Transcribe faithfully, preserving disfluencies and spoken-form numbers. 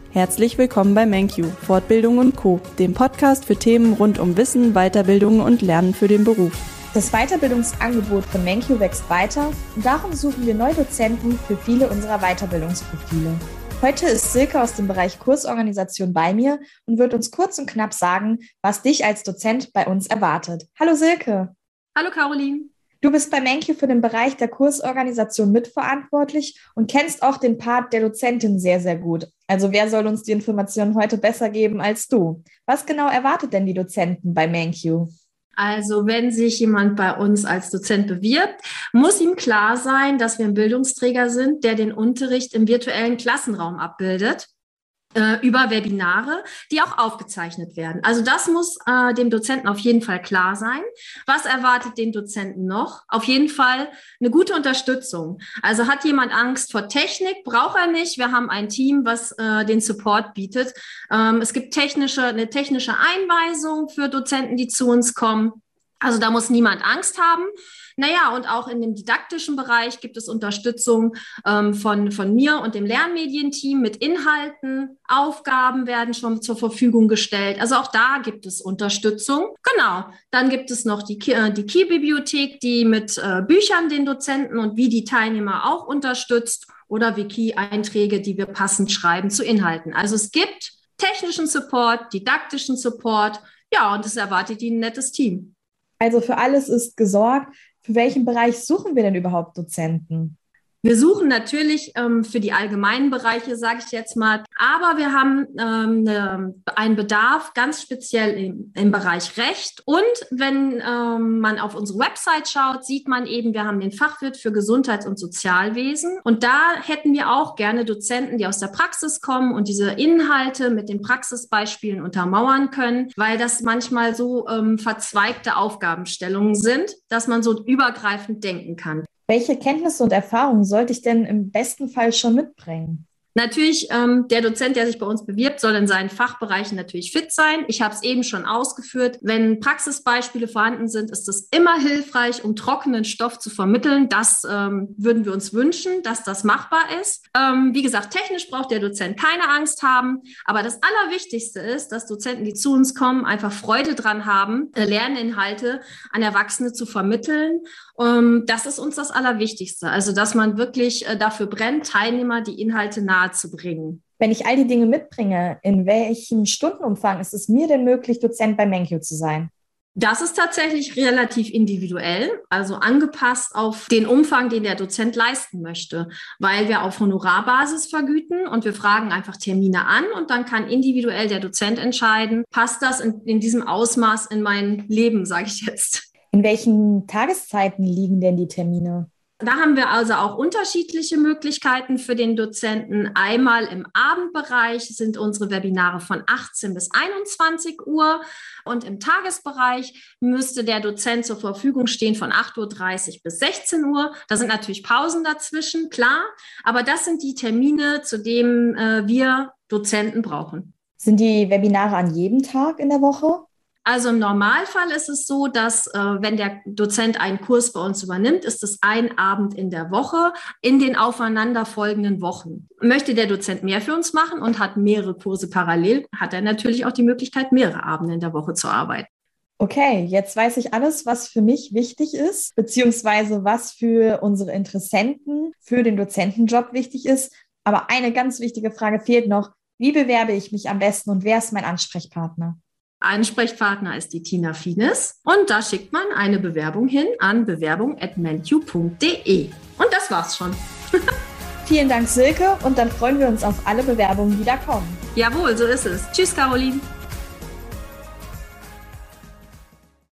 Herzlich willkommen bei MenQ, Fortbildung und Co., dem Podcast für Themen rund um Wissen, Weiterbildung und Lernen für den Beruf. Das Weiterbildungsangebot von MenQ wächst weiter und darum suchen wir neue Dozenten für viele unserer Weiterbildungsprofile. Heute ist Silke aus dem Bereich Kursorganisation bei mir und wird uns kurz und knapp sagen, was dich als Dozent bei uns erwartet. Hallo Silke. Hallo Caroline. Du bist bei MenQ für den Bereich der Kursorganisation mitverantwortlich und kennst auch den Part der Dozentin sehr, sehr gut. Also wer soll uns die Informationen heute besser geben als du? Was genau erwartet denn die Dozenten bei MenQ? Also wenn sich jemand bei uns als Dozent bewirbt, muss ihm klar sein, dass wir ein Bildungsträger sind, der den Unterricht im virtuellen Klassenraum abbildet, äh, über Webinare, die auch aufgezeichnet werden. Also das muss äh, dem Dozenten auf jeden Fall klar sein. Was erwartet den Dozenten noch? Auf jeden Fall eine gute Unterstützung. Also hat jemand Angst vor Technik? Braucht er nicht. Wir haben ein Team, was äh, den Support bietet. Ähm, es gibt technische, eine technische Einweisung für Dozenten, die zu uns kommen. Also da muss niemand Angst haben. Naja, und auch in dem didaktischen Bereich gibt es Unterstützung ähm, von, von mir und dem Lernmedienteam mit Inhalten. Aufgaben werden schon zur Verfügung gestellt. Also auch da gibt es Unterstützung. Genau. Dann gibt es noch die, äh, die Key-Bibliothek, die mit äh, Büchern den Dozenten und wie die Teilnehmer auch unterstützt oder Wiki-Einträge, die wir passend schreiben zu Inhalten. Also es gibt technischen Support, didaktischen Support. Ja, und es erwartet Ihnen ein nettes Team. Also für alles ist gesorgt. Für welchen Bereich suchen wir denn überhaupt Dozenten? Wir suchen natürlich ähm, für die allgemeinen Bereiche, sage ich jetzt mal, aber wir haben ähm, ne, einen Bedarf ganz speziell im, im Bereich Recht. Und wenn ähm, man auf unsere Website schaut, sieht man eben, wir haben den Fachwirt für Gesundheits- und Sozialwesen. Und da hätten wir auch gerne Dozenten, die aus der Praxis kommen und diese Inhalte mit den Praxisbeispielen untermauern können, weil das manchmal so ähm, verzweigte Aufgabenstellungen sind, dass man so übergreifend denken kann. Welche Kenntnisse und Erfahrungen sollte ich denn im besten Fall schon mitbringen? Natürlich, ähm, der Dozent, der sich bei uns bewirbt, soll in seinen Fachbereichen natürlich fit sein. Ich habe es eben schon ausgeführt. Wenn Praxisbeispiele vorhanden sind, ist es immer hilfreich, um trockenen Stoff zu vermitteln. Das ähm, würden wir uns wünschen, dass das machbar ist. Ähm, wie gesagt, technisch braucht der Dozent keine Angst haben. Aber das Allerwichtigste ist, dass Dozenten, die zu uns kommen, einfach Freude dran haben, äh, Lerninhalte an Erwachsene zu vermitteln. Ähm, das ist uns das Allerwichtigste. Also, dass man wirklich äh, dafür brennt, Teilnehmer die Inhalte nahe zu bringen. Wenn ich all die Dinge mitbringe, in welchem Stundenumfang ist es mir denn möglich, Dozent bei MenQ zu sein? Das ist tatsächlich relativ individuell, also angepasst auf den Umfang, den der Dozent leisten möchte, weil wir auf Honorarbasis vergüten und wir fragen einfach Termine an und dann kann individuell der Dozent entscheiden, passt das in, in diesem Ausmaß in mein Leben, sage ich jetzt. In welchen Tageszeiten liegen denn die Termine? Da haben wir also auch unterschiedliche Möglichkeiten für den Dozenten. Einmal im Abendbereich sind unsere Webinare von achtzehn bis einundzwanzig Uhr und im Tagesbereich müsste der Dozent zur Verfügung stehen von acht Uhr dreißig bis sechzehn Uhr. Da sind natürlich Pausen dazwischen, klar, aber das sind die Termine, zu denen äh, wir Dozenten brauchen. Sind die Webinare an jedem Tag in der Woche? Also im Normalfall ist es so, dass äh, wenn der Dozent einen Kurs bei uns übernimmt, ist es ein Abend in der Woche in den aufeinanderfolgenden Wochen. Möchte der Dozent mehr für uns machen und hat mehrere Kurse parallel, hat er natürlich auch die Möglichkeit, mehrere Abende in der Woche zu arbeiten. Okay, jetzt weiß ich alles, was für mich wichtig ist, beziehungsweise was für unsere Interessenten für den Dozentenjob wichtig ist. Aber eine ganz wichtige Frage fehlt noch. Wie bewerbe ich mich am besten und wer ist mein Ansprechpartner? Ansprechpartner ist die Tina Fienes und da schickt man eine Bewerbung hin an bewerbung at menq punkt de. Und das war's schon. Vielen Dank, Silke, und dann freuen wir uns auf alle Bewerbungen, die da kommen. Jawohl, so ist es. Tschüss, Caroline.